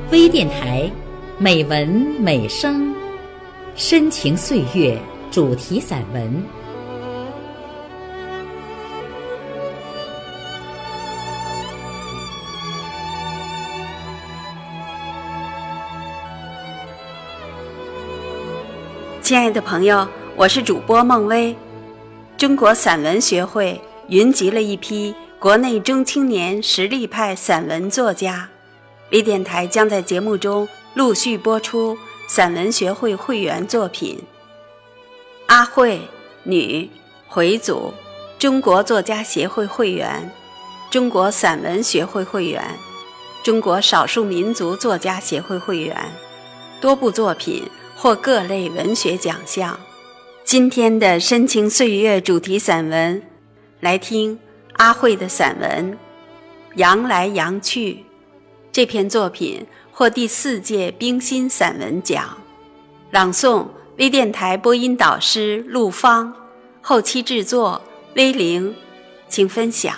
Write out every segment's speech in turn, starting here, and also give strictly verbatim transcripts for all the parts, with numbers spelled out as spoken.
微电台，美文美声，深情岁月主题散文。 亲爱的朋友，我是主播孟薇。中国散文学会云集了一批国内中青年实力派散文作家，微电台将在节目中陆续播出散文学会会员作品。阿慧，女，回族，中国作家协会会员，中国散文学会会员，中国少数民族作家协会会员，多部作品获各类文学奖项。今天的深情岁月主题散文，来听阿慧的散文《扬来扬去》。这篇作品获第四届冰心散文奖。朗诵微电台播音导师陆芳，后期制作微玲，请分享。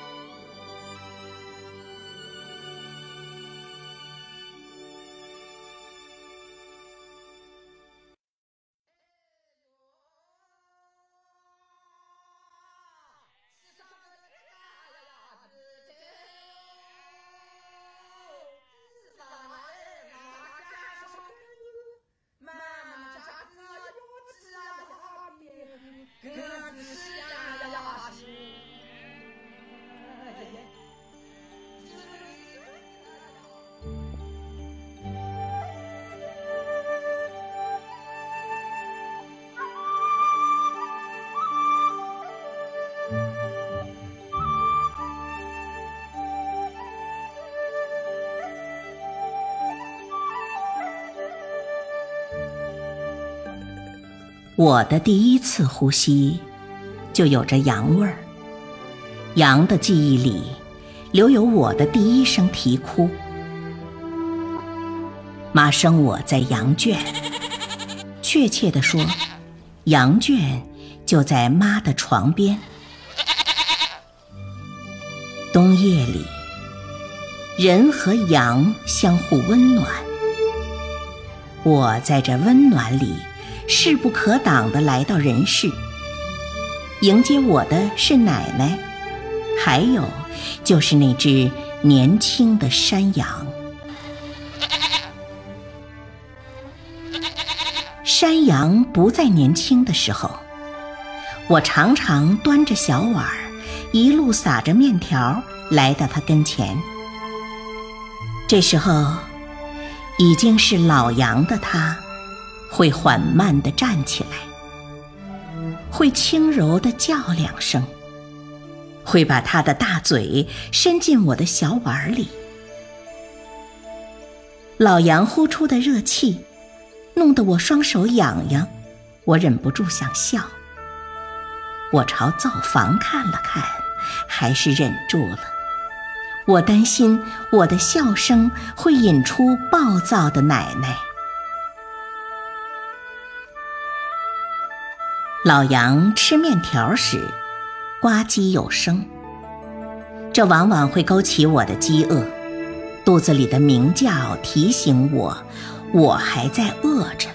我的第一次呼吸就有着羊味儿，羊的记忆里留有我的第一声啼哭。妈生我在羊圈，确切地说，羊圈就在妈的床边。冬夜里，人和羊相互温暖，我在这温暖里势不可挡地来到人世，迎接我的是奶奶，还有就是那只年轻的山羊。山羊不再年轻的时候，我常常端着小碗，一路撒着面条来到它跟前。这时候已经是老羊的它会缓慢地站起来，会轻柔地叫两声，会把他的大嘴伸进我的小碗里。老羊呼出的热气弄得我双手痒痒，我忍不住想笑。我朝灶房看了看，还是忍住了。我担心我的笑声会引出暴躁的奶奶。老羊吃面条时呱唧有声，这往往会勾起我的饥饿，肚子里的鸣叫提醒我，我还在饿着。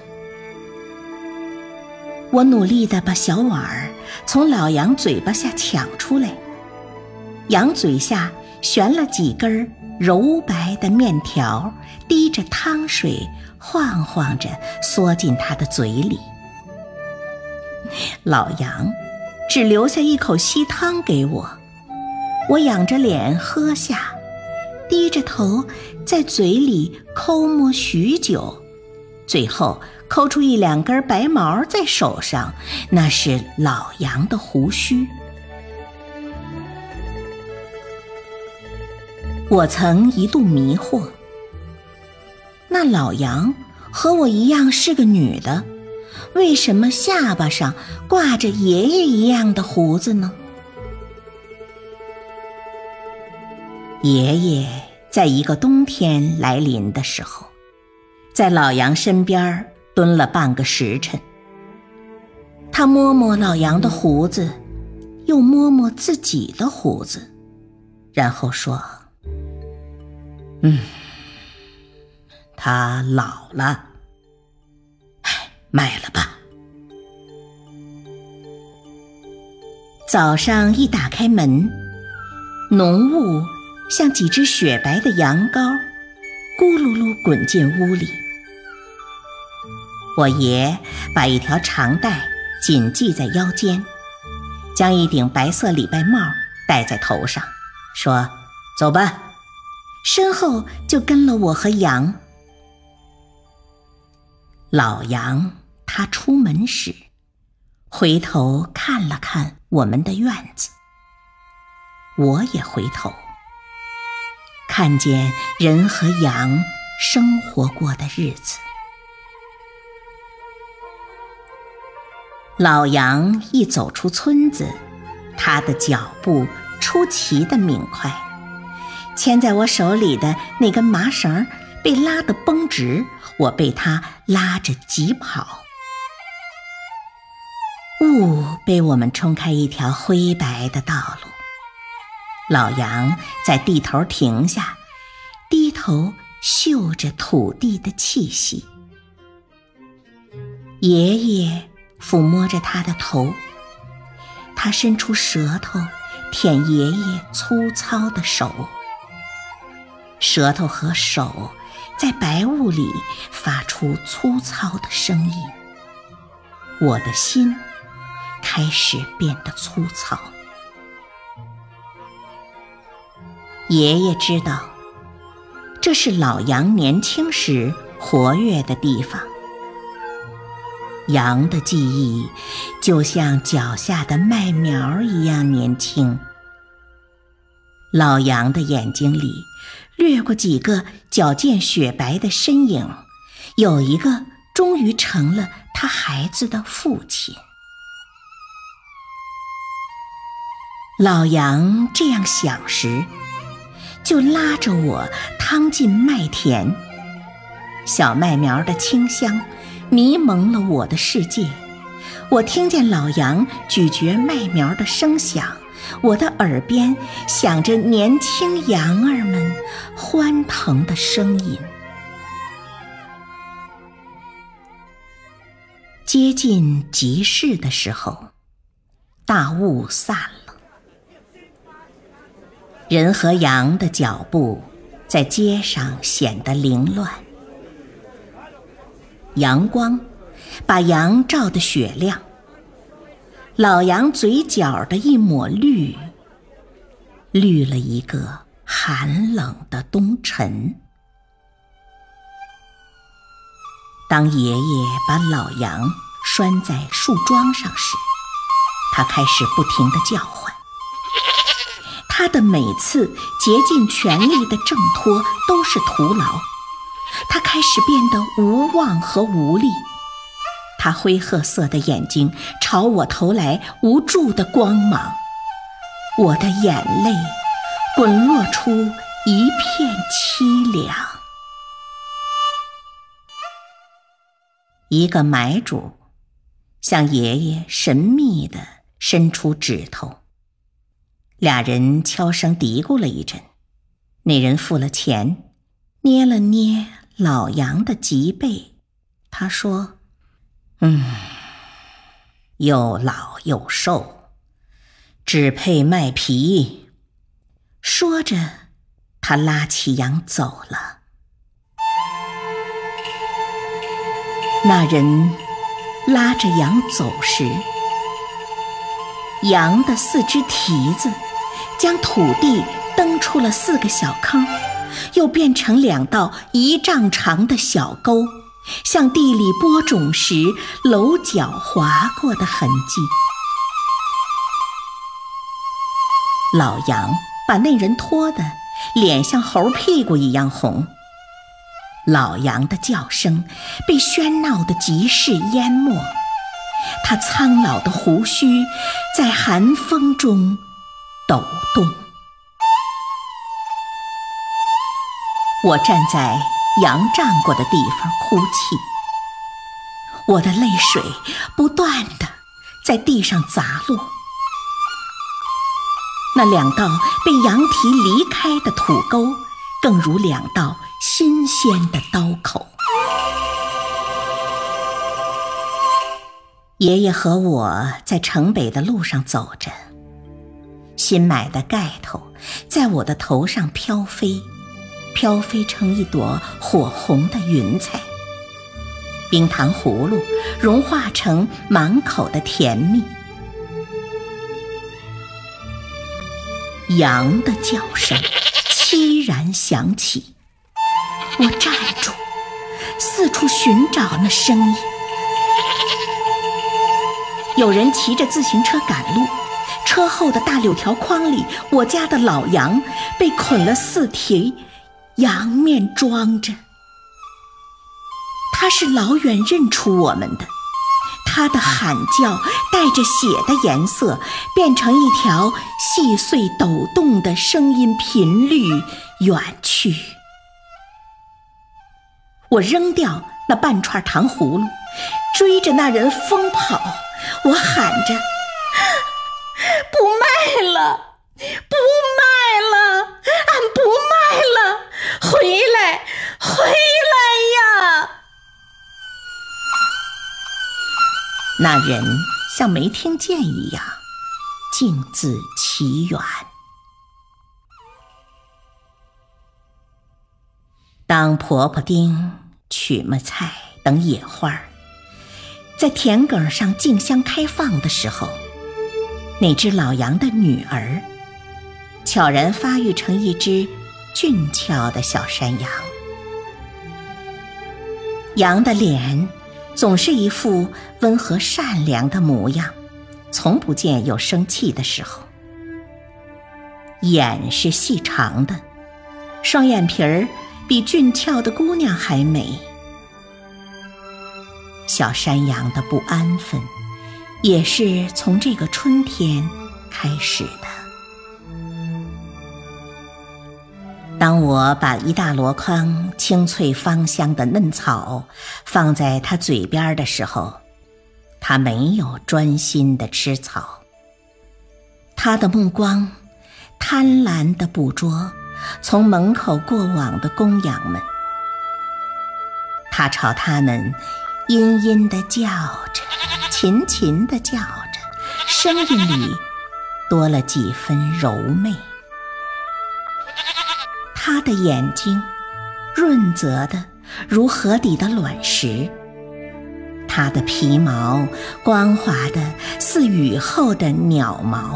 我努力地把小碗从老羊嘴巴下抢出来，羊嘴下悬了几根柔白的面条，滴着汤水晃晃着缩进他的嘴里。老羊只留下一口稀汤给我，我仰着脸喝下，低着头在嘴里抠摸许久，最后抠出一两根白毛在手上，那是老羊的胡须。我曾一度迷惑，那老羊和我一样是个女的，为什么下巴上挂着爷爷一样的胡子呢？爷爷在一个冬天来临的时候，在老羊身边蹲了半个时辰。他摸摸老羊的胡子，又摸摸自己的胡子，然后说：嗯， 它老了。唉，卖了吧。早上一打开门，浓雾像几只雪白的羊羔，咕噜噜滚进屋里。我爷把一条长带紧系在腰间，将一顶白色礼拜帽戴在头上，说：走吧。身后就跟了我和羊。老杨他出门时，回头看了看我们的院子，我也回头，看见人和羊生活过的日子。老杨一走出村子，他的脚步出奇的敏快，牵在我手里的那根麻绳被拉得绷直，我被他拉着疾跑。雾被我们冲开一条灰白的道路，老杨在地头停下，低头嗅着土地的气息。爷爷抚摸着他的头，他伸出舌头舔爷爷粗糙的手，舌头和手在白雾里发出粗糙的声音。我的心开始变得粗糙。爷爷知道，这是老杨年轻时活跃的地方。羊的记忆就像脚下的麦苗一样年轻。老杨的眼睛里掠过几个矫健雪白的身影，有一个终于成了他孩子的父亲。老杨这样想时，就拉着我趟进麦田，小麦苗的清香迷蒙了我的世界。我听见老杨咀嚼麦苗的声响，我的耳边响着年轻羊儿们欢腾的声音。接近集市的时候，大雾散了，人和羊的脚步在街上显得凌乱。阳光把羊照得雪亮，老杨嘴角的一抹绿，绿了一个寒冷的冬晨。当爷爷把老杨拴在树桩上时，他开始不停地叫唤。他的每次竭尽全力的挣脱都是徒劳，他开始变得无望和无力。他灰褐色的眼睛朝我投来无助的光芒，我的眼泪滚落出一片凄凉。一个买主向爷爷神秘地伸出指头，俩人悄声嘀咕了一阵，那人付了钱，捏了捏老杨的脊背，他说：嗯，又老又瘦，只配卖皮。说着，他拉起羊走了。那人拉着羊走时，羊的四只蹄子将土地蹬出了四个小坑，又变成两道一丈长的小沟，像地里播种时楼角划过的痕迹。老杨把那人拖得脸像猴屁股一样红，老杨的叫声被喧闹的集市淹没，他苍老的胡须在寒风中抖动。我站在羊站过的地方哭泣，我的泪水不断地在地上砸落。那两道被羊蹄离开的土沟更如两道新鲜的刀口。爷爷和我在城北的路上走着，新买的盖头在我的头上飘飞，飘飞成一朵火红的云彩。冰糖葫芦融化成满口的甜蜜。羊的叫声凄然响起，我站住，四处寻找那声音。有人骑着自行车赶路，车后的大柳条筐里，我家的老羊被捆了四蹄，羊面装着。它是老远认出我们的，它的喊叫带着血的颜色，变成一条细碎抖动的声音频率远去。我扔掉那半串糖葫芦，追着那人疯跑，我喊着：不卖了，不卖了，俺不卖了，回来，回来呀！那人像没听见一样，径自其远。当婆婆丁、曲么菜等野花在田埂上竞相开放的时候，那只老羊的女儿悄然发育成一只俊俏的小山羊。羊的脸总是一副温和善良的模样，从不见有生气的时候。眼是细长的，双眼皮儿比俊俏的姑娘还美。小山羊的不安分也是从这个春天开始的。当我把一大箩筐清脆芳香的嫩草放在他嘴边的时候，他没有专心地吃草，他的目光贪婪地捕捉从门口过往的公羊们，他朝他们阴阴地叫着，勤勤地叫着，声音里多了几分柔媚。他的眼睛润泽的如河底的卵石，他的皮毛光滑的似雨后的鸟毛。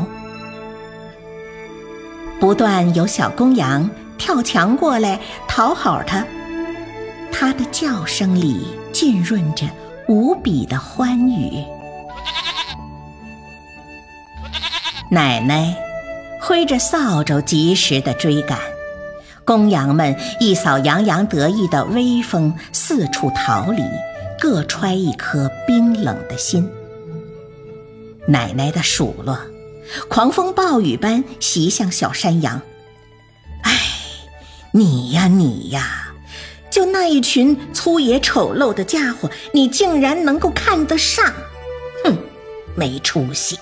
不断有小公羊跳墙过来讨好他，他的叫声里浸润着无比的欢愉。奶奶挥着扫帚及时地追赶，公羊们一扫洋洋得意的威风，四处逃离，各揣一颗冰冷的心。奶奶的数落狂风暴雨般袭向小山羊。哎，你呀你呀，就那一群粗野丑陋的家伙，你竟然能够看得上，哼，没出息。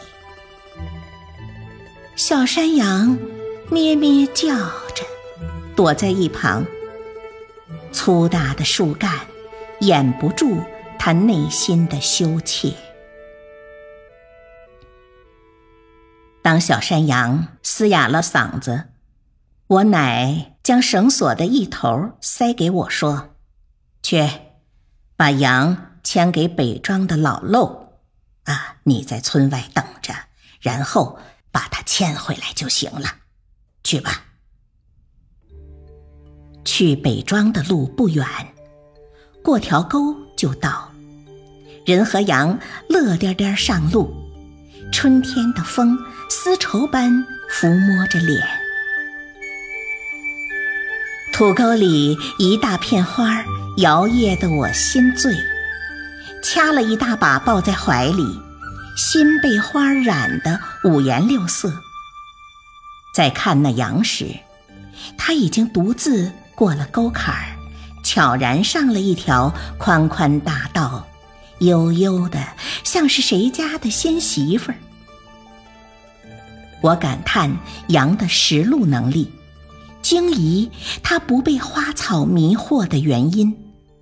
小山羊咩咩叫着躲在一旁，粗大的树干掩不住他内心的羞怯。当小山羊嘶哑了嗓子，我奶将绳索的一头塞给我说：去把羊牵给北庄的老漏啊，你在村外等着，然后把它牵回来就行了，去吧。去北庄的路不远，过条沟就到。人和羊乐颠颠上路，春天的风丝绸般抚摸着脸。土沟里一大片花摇曳得我心醉，掐了一大把抱在怀里，心被花染得五颜六色。在看那羊时，他已经独自过了沟坎儿，悄然上了一条宽宽大道，悠悠的像是谁家的新媳妇儿。我感叹羊的识路能力， 惊疑它不被花草迷惑的原因。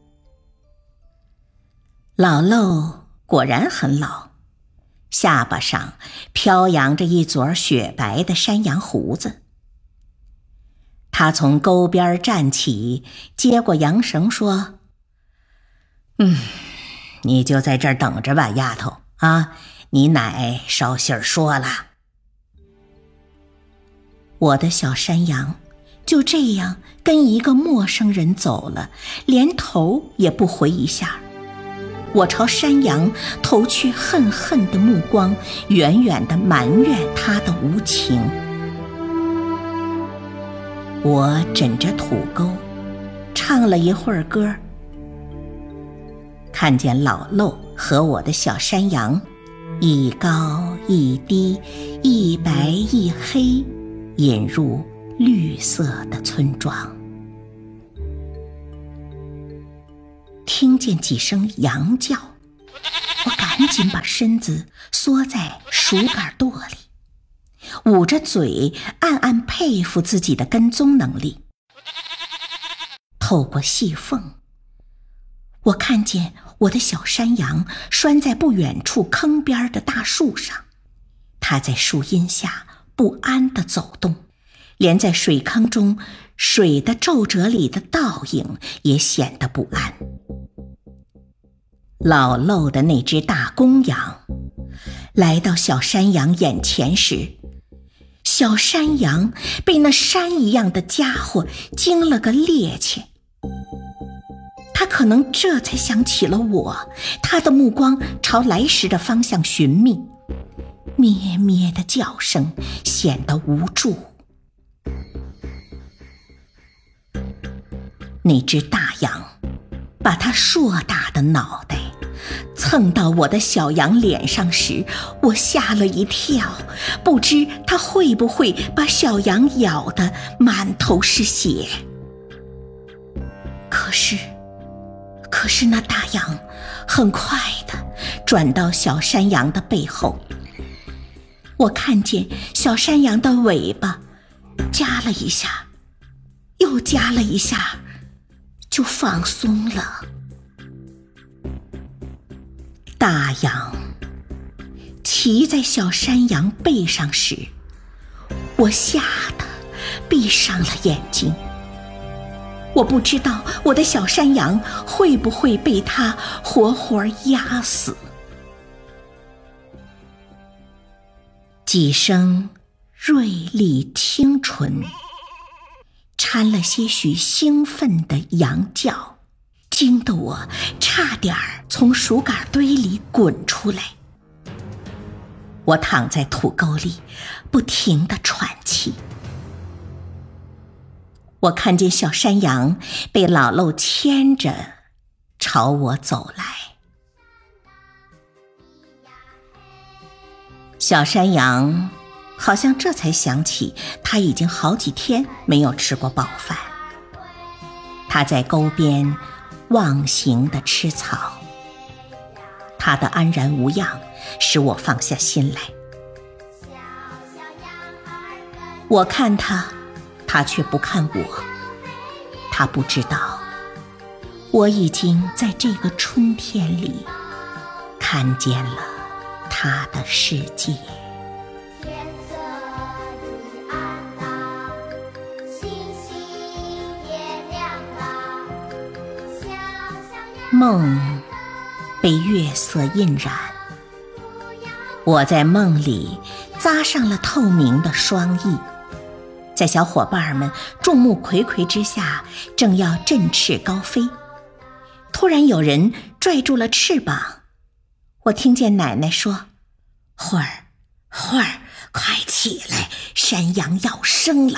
老漏果然很老，下巴上飘扬着一撮雪白的山羊胡子。他从沟边站起，接过羊绳说：“嗯，你就在这儿等着吧，丫头啊，你奶捎信儿说了。”我的小山羊就这样跟一个陌生人走了，连头也不回一下。我朝山羊投去恨恨的目光，远远地埋怨他的无情。我枕着土沟唱了一会儿歌，看见老漏和我的小山羊一高一低，一白一黑，引入绿色的村庄。听见几声羊叫，我赶紧把身子缩在树干垛里，捂着嘴暗暗佩服自己的跟踪能力。透过细缝，我看见我的小山羊拴在不远处坑边的大树上，它在树荫下不安地走动，连在水坑中水的皱褶里的倒影也显得不安。老漏的那只大公羊来到小山羊眼前时，小山羊被那山一样的家伙惊了个趔趄。他可能这才想起了我，他的目光朝来时的方向寻觅，咩咩的叫声显得无助。那只大羊把它硕大的脑袋蹭到我的小羊脸上时，我吓了一跳，不知它会不会把小羊咬得满头是血。可是可是那大羊很快地转到小山羊的背后，我看见小山羊的尾巴夹了一下，又夹了一下，就放松了。大羊骑在小山羊背上时，我吓得闭上了眼睛。我不知道我的小山羊会不会被它活活压死。几声锐利清纯，掺了些许兴奋的羊叫，惊得我差点从树干堆里滚出来。我躺在土沟里，不停地喘气。我看见小山羊被老漏牵着朝我走来。小山羊好像这才想起他已经好几天没有吃过饱饭。他在沟边忘形地吃草，他的安然无恙使我放下心来。我看他，他却不看我。他不知道，我已经在这个春天里看见了他的世界。梦被月色印染，我在梦里扎上了透明的双翼，在小伙伴们众目睽睽之下，正要振翅高飞。突然有人拽住了翅膀，我听见奶奶说：“慧儿，慧儿，快起来，山羊要生了。”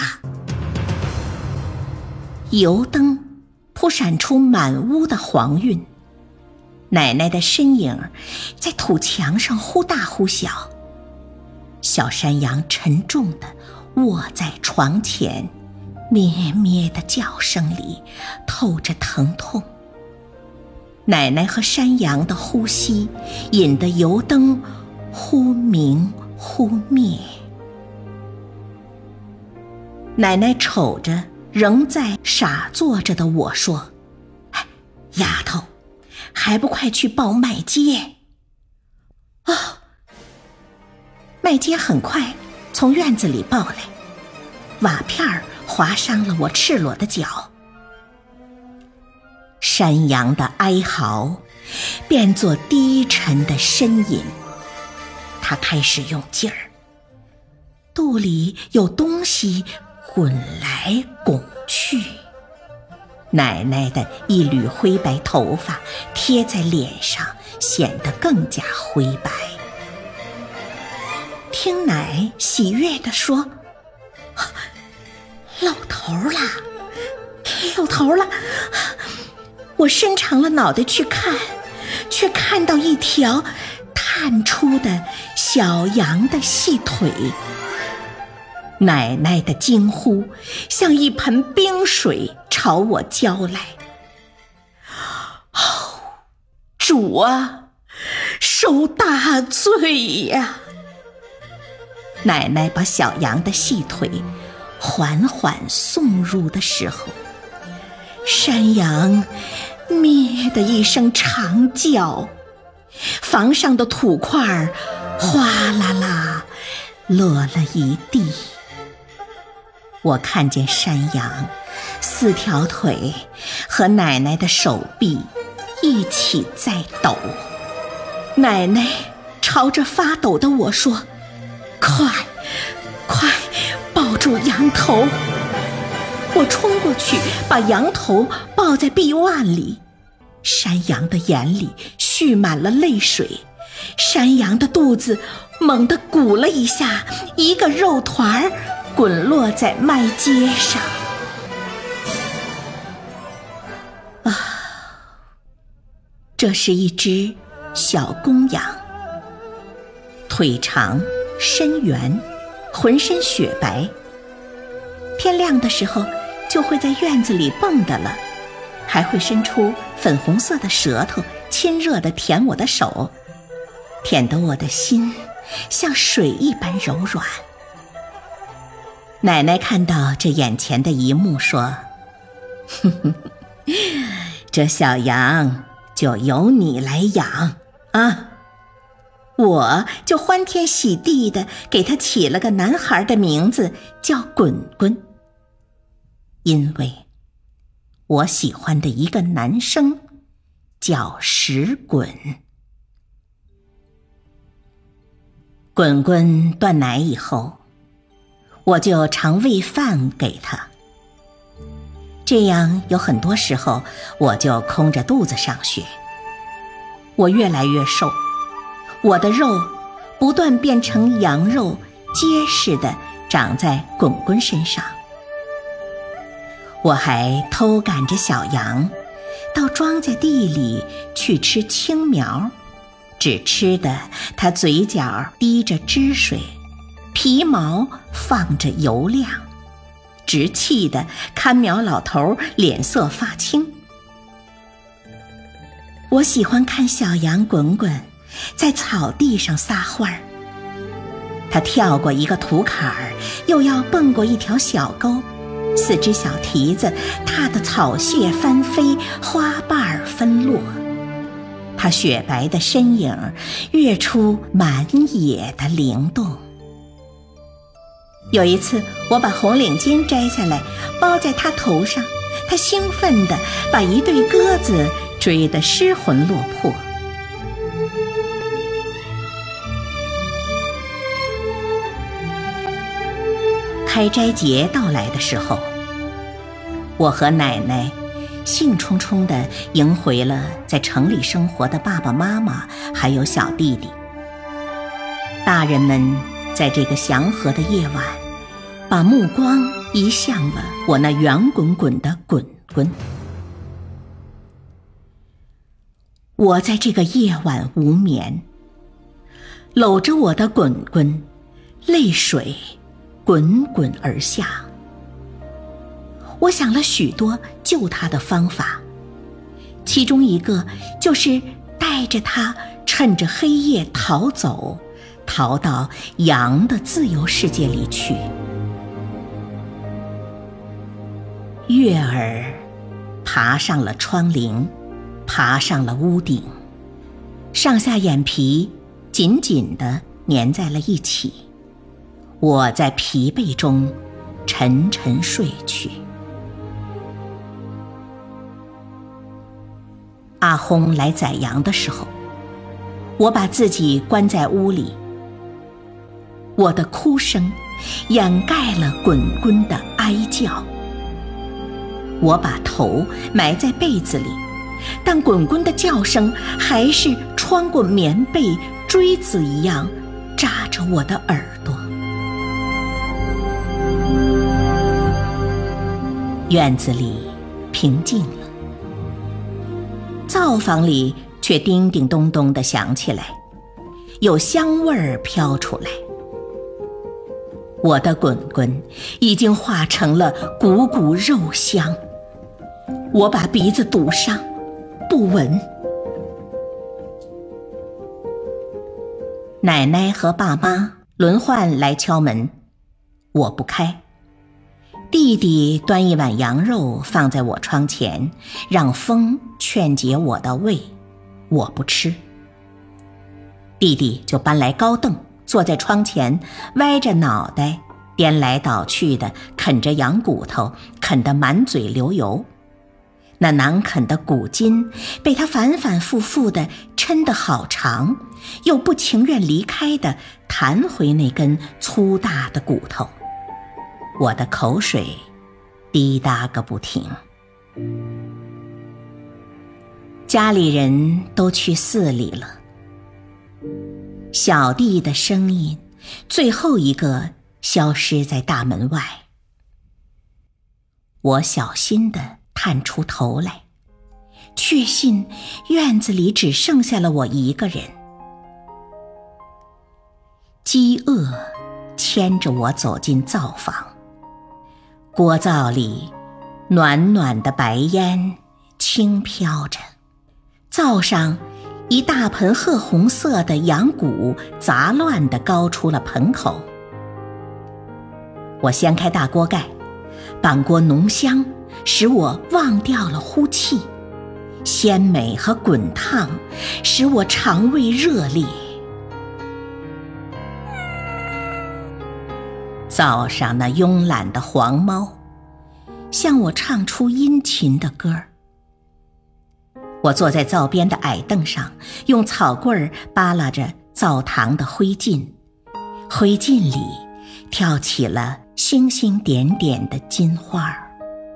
油灯扑闪出满屋的黄晕，奶奶的身影在土墙上忽大忽小。小山羊沉重地卧在床前，咩咩的叫声里透着疼痛。奶奶和山羊的呼吸引得油灯忽明忽灭。奶奶瞅着仍在傻坐着的我说：“哎，丫头，还不快去抱麦秸！”哦，麦秸很快从院子里抱来，瓦片划伤了我赤裸的脚。山羊的哀嚎变作低沉的呻吟，它开始用劲儿，肚里有东西滚来滚去。奶奶的一缕灰白头发贴在脸上，显得更加灰白。听奶喜悦地说：“露头了，露头了！”我伸长了脑袋去看，却看到一条探出的小羊的细腿。奶奶的惊呼像一盆冰水朝我浇来。哦，主啊，受大罪呀！奶奶把小羊的细腿缓缓送入的时候，山羊咩的一声长叫，房上的土块哗啦啦落了一地。我看见山羊四条腿和奶奶的手臂一起在抖。奶奶朝着发抖的我说：“快快抱住羊头！”我冲过去把羊头抱在臂腕里，山羊的眼里蓄满了泪水，山羊的肚子猛地鼓了一下，一个肉团滚落在麦秸上。啊，这是一只小公羊，腿长身圆，浑身雪白，天亮的时候就会在院子里蹦跶了，还会伸出粉红色的舌头，亲热地舔我的手，舔得我的心像水一般柔软。奶奶看到这眼前的一幕说：“哼哼，这小羊就由你来养啊！”我就欢天喜地地给他起了个男孩的名字，叫滚滚。因为我喜欢的一个男生叫石滚。滚滚断奶以后，我就常喂饭给他，这样有很多时候我就空着肚子上学。我越来越瘦，我的肉不断变成羊肉，结实地长在滚滚身上。我还偷赶着小羊到庄稼地里去吃青苗，只吃的它嘴角滴着汁水，皮毛放着油亮，直气得看苗老头脸色发青。我喜欢看小羊滚滚在草地上撒欢儿，它跳过一个土坎儿，又要蹦过一条小沟，四只小蹄子踏得草屑翻飞，花瓣纷落，它雪白的身影跃出满野的灵动。有一次我把红领巾摘下来包在它头上，它兴奋地把一对鸽子追得失魂落魄。开斋节到来的时候，我和奶奶兴冲冲地迎回了在城里生活的爸爸妈妈还有小弟弟。大人们在这个祥和的夜晚把目光移向了我那圆滚滚的滚滚。我在这个夜晚无眠，搂着我的滚滚，泪水滚滚而下。我想了许多救他的方法，其中一个就是带着他趁着黑夜逃走，逃到羊的自由世界里去。 月儿爬上了窗棂，爬上了屋顶，上下眼皮紧紧地粘在了一起。我在疲惫中沉沉睡去。阿訇来宰羊的时候，我把自己关在屋里，我的哭声掩盖了滚滚的哀叫。我把头埋在被子里，但滚滚的叫声还是穿过棉被，锥子一样扎着我的耳朵。院子里平静了，灶房里却叮叮咚咚地响起来，有香味儿飘出来。我的滚滚已经化成了股股肉香，我把鼻子堵上，不闻。奶奶和爸妈轮换来敲门，我不开。弟弟端一碗羊肉放在我窗前，让风劝解我的胃，我不吃。弟弟就搬来高凳，坐在窗前，歪着脑袋，颠来倒去的啃着羊骨头，啃得满嘴流油。那难啃的骨筋被他反反复复的抻得好长，又不情愿离开的弹回那根粗大的骨头。我的口水滴答个不停。家里人都去寺里了，小弟的声音最后一个消失在大门外。我小心地探出头来，确信院子里只剩下了我一个人。饥饿牵着我走进灶房，锅灶里暖暖的白烟轻飘着，灶上一大盆褐红色的羊骨杂乱地高出了盆口。我掀开大锅盖，板锅浓香使我忘掉了呼气，鲜美和滚烫使我肠胃热烈。灶上那慵懒的黄猫向我唱出殷勤的歌儿。我坐在灶边的矮凳上，用草棍儿扒拉着灶堂的灰烬，灰烬里跳起了星星点点的金花儿。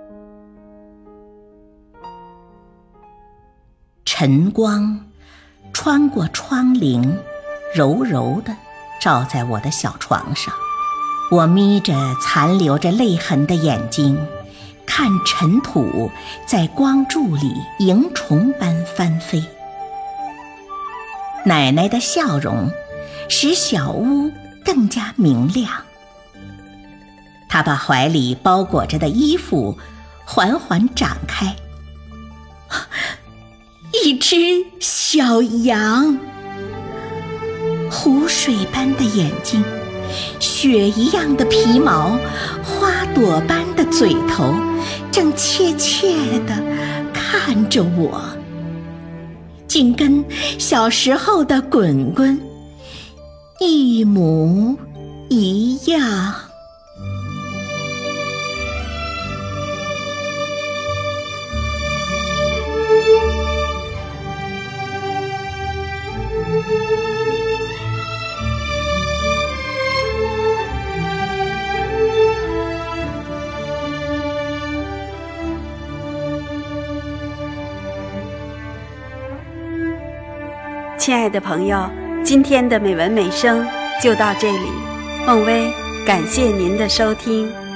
晨光穿过窗棂，柔柔地照在我的小床上。我眯着残留着泪痕的眼睛，看尘土在光柱里萤虫般翻飞。奶奶的笑容使小屋更加明亮。她把怀里包裹着的衣服缓缓展开，一只小羊，湖水般的眼睛，雪一样的皮毛，花朵般的嘴头，正怯怯地看着我，竟跟小时候的滚滚一模一样。 亲爱的朋友，今天的美文美声就到这里，孟薇感谢您的收听。